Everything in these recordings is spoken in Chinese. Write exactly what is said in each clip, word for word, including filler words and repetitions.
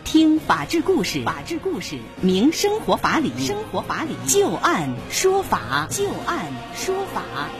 听法治故事，法治故事，明生活法理，生活法理，就案说法，就案说法。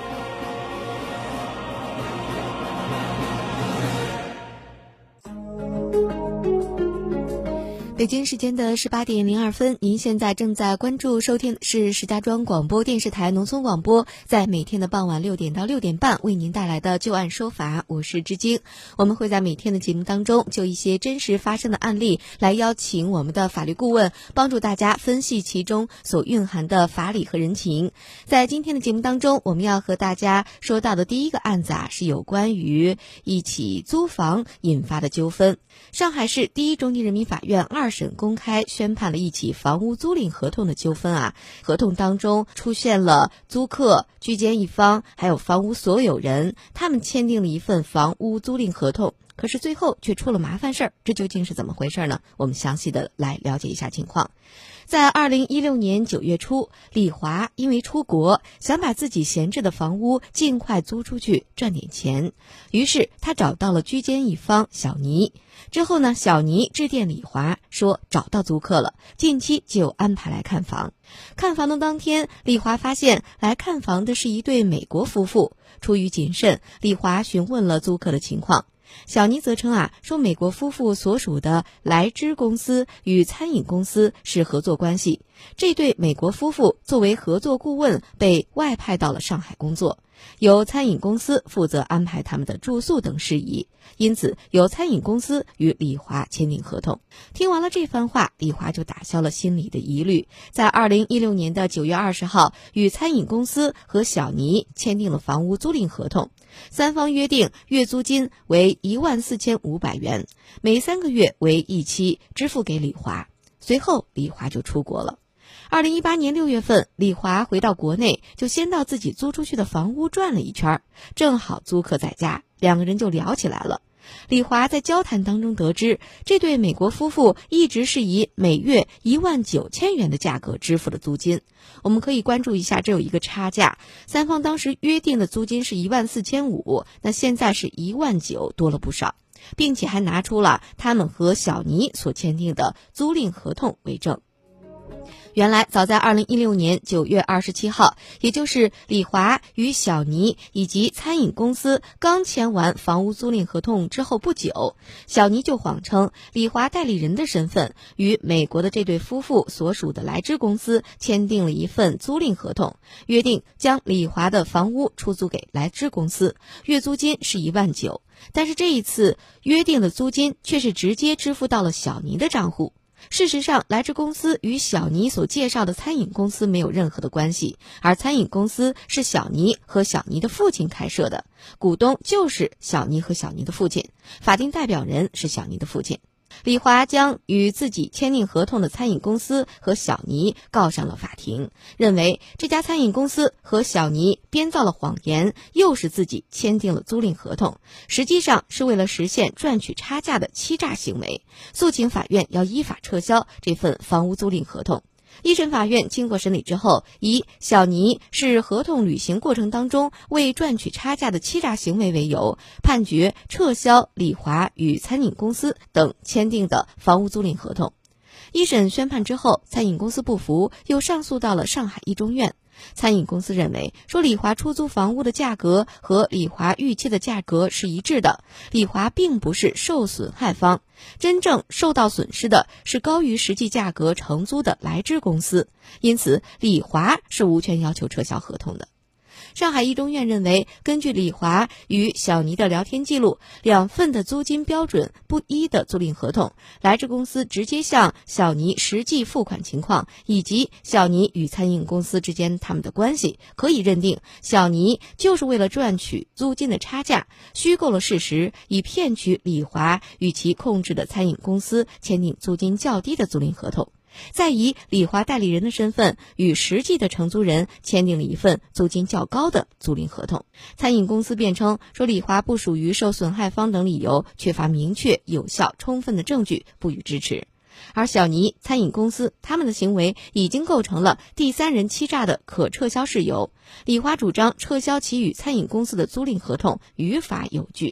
北京时间的十八点零二分，您现在正在关注收听的是石家庄广播电视台农村广播，在每天的傍晚六点到六点半为您带来的就案说法，我是知晶。我们会在每天的节目当中就一些真实发生的案例来邀请我们的法律顾问帮助大家分析其中所蕴含的法理和人情。在今天的节目当中，我们要和大家说到的第一个案子啊，是有关于一起租房引发的纠纷。上海市第一中级人民法院二审公开宣判了一起房屋租赁合同的纠纷啊，合同当中出现了租客、居间一方还有房屋所有人，他们签订了一份房屋租赁合同，可是最后却出了麻烦事儿，这究竟是怎么回事呢？我们详细的来了解一下情况。在二零一六年九月初，李华因为出国，想把自己闲置的房屋尽快租出去赚点钱，于是他找到了居间一方小倪。之后呢，小倪致电李华说找到租客了，近期就有安排来看房。看房的当天，李华发现来看房的是一对美国夫妇，出于谨慎，李华询问了租客的情况。小倪则称啊，说美国夫妇所属的来芝公司与餐饮公司是合作关系，这对美国夫妇作为合作顾问被外派到了上海工作，由餐饮公司负责安排他们的住宿等事宜，因此由餐饮公司与李华签订合同。听完了这番话，李华就打消了心里的疑虑，在二零一六年的九月二十号与餐饮公司和小倪签订了房屋租赁合同，三方约定月租金为一万四千五百元，每三个月为一期，支付给李华。随后李华就出国了。二零一八年六月份，李华回到国内，就先到自己租出去的房屋转了一圈，正好租客在家，两个人就聊起来了。李华在交谈当中得知，这对美国夫妇一直是以每月一万九千元的价格支付的租金。我们可以关注一下，这有一个差价，三方当时约定的租金是一万四千五，那现在是一万九，多了不少，并且还拿出了他们和小倪所签订的租赁合同为证。原来早在二零一六年九月二十七号，也就是李华与小倪以及餐饮公司刚签完房屋租赁合同之后不久，小倪就谎称李华代理人的身份，与美国的这对夫妇所属的来芝公司签订了一份租赁合同，约定将李华的房屋出租给来芝公司，月租金是一万九，但是这一次约定的租金却是直接支付到了小倪的账户。事实上，来芝公司与小倪所介绍的餐饮公司没有任何的关系，而餐饮公司是小倪和小倪的父亲开设的，股东就是小倪和小倪的父亲，法定代表人是小倪的父亲。李华将与自己签订合同的餐饮公司和小倪告上了法庭，认为这家餐饮公司和小倪编造了谎言，诱使自己签订了租赁合同，实际上是为了实现赚取差价的欺诈行为，诉请法院要依法撤销这份房屋租赁合同。一审法院经过审理之后，以小倪是合同履行过程当中为赚取差价的欺诈行为为由，判决撤销李华与餐饮公司等签订的房屋租赁合同。一审宣判之后，餐饮公司不服，又上诉到了上海一中院。餐饮公司认为说李华出租房屋的价格和李华预期的价格是一致的，李华并不是受损害方，真正受到损失的是高于实际价格承租的来芝公司，因此李华是无权要求撤销合同的。上海一中院认为，根据李华与小倪的聊天记录，两份的租金标准不一的租赁合同，来芝公司直接向小倪实际付款情况，以及小倪与餐饮公司之间他们的关系，可以认定小倪就是为了赚取租金的差价，虚构了事实，以骗取李华与其控制的餐饮公司签订租金较低的租赁合同。再以李华代理人的身份与实际的承租人签订了一份租金较高的租赁合同。餐饮公司辩称说李华不属于受损害方等理由，缺乏明确、有效、充分的证据，不予支持。而小倪、餐饮公司他们的行为已经构成了第三人欺诈的可撤销事由，李华主张撤销其与餐饮公司的租赁合同于法有据。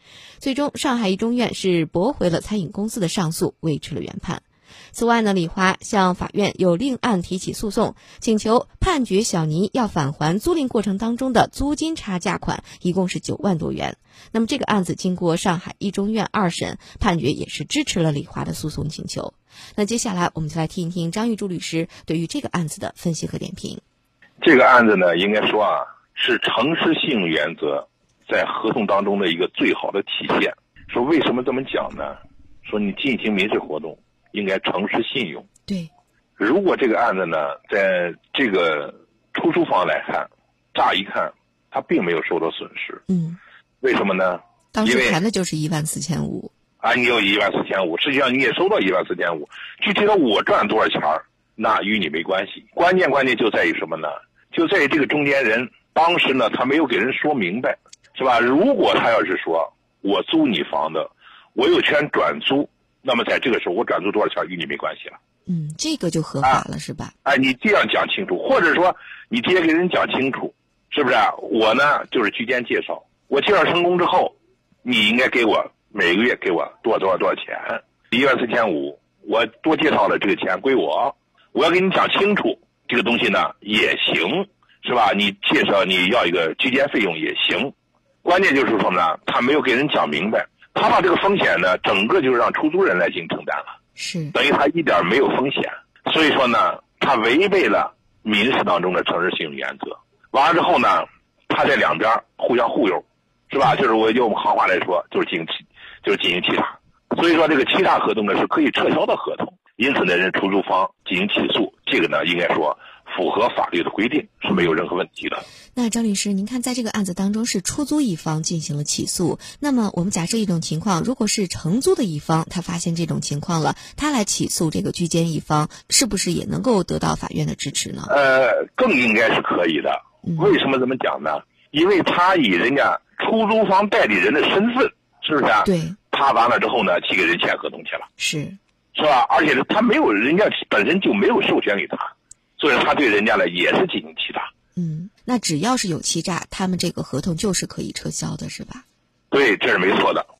最终，上海一中院是驳回了餐饮公司的上诉，维持了原判。此外呢，李华向法院有另案提起诉讼，请求判决小尼要返还租赁过程当中的租金差价款，一共是九万多元。那么这个案子经过上海一中院二审，判决也是支持了李华的诉讼请求。那接下来我们就来听一听张玉柱律师对于这个案子的分析和点评。 这个案子呢，应该说啊，是诚实信用原则在合同当中的一个最好的体现。说为什么这么讲呢？说你进行民事活动应该诚实信用。 对， 如果这个案子呢，在这个出租方来看，乍一看他并没有受到损失。 嗯， 为什么呢？ 当时谈的就是一万四千五啊，你有一万四千五，实际上你也收到一万四千五，具体的我赚多少钱那与你没关系。关键关键就在于什么呢？就在于这个中间人当时呢，他没有给人说明白，是吧？如果他要是说我租你房子，我有权转租，那么在这个时候我转租多少钱与你没关系了。 嗯，这个就合法了、啊、是吧？ 哎、啊，你这样讲清楚，或者说你直接给人讲清楚，是不是？我呢就是居间介绍，我介绍成功之后，你应该给我每个月给我多少多少多少钱，一万四千五，我多介绍了这个钱归我，我要给你讲清楚，这个东西呢也行，是吧？你介绍你要一个居间费用也行，关键就是说呢，他没有给人讲明白，他把这个风险呢，整个就让出租人来进行承担了。 是， 等于他一点没有风险，所以说呢，他违背了民事当中的诚实信用原则。完了之后呢，他在两边互相忽悠，是吧？就是我用行话来说，就是进行欺，就是进行欺诈。所以说这个欺诈合同呢是可以撤销的合同，因此呢，人出租方进行起诉，这个呢应该说符合法律的规定，是没有任何问题的。 那张律师，您看在这个案子当中是出租一方进行了起诉，那么我们假设一种情况，如果是承租的一方，他发现这种情况了，他来起诉这个居间一方，是不是也能够得到法院的支持呢？ 呃，更应该是可以的。为什么这么讲呢？因为他以人家出租方代理人的身份，是不是啊？ 对。 他完了之后呢，去给人签合同去了， 是是吧？而且他没有，人家本身就没有授权给他，所以他对人家呢也是进行欺诈。 嗯，那只要是有欺诈，他们这个合同就是可以撤销的，是吧？ 对，这是没错的。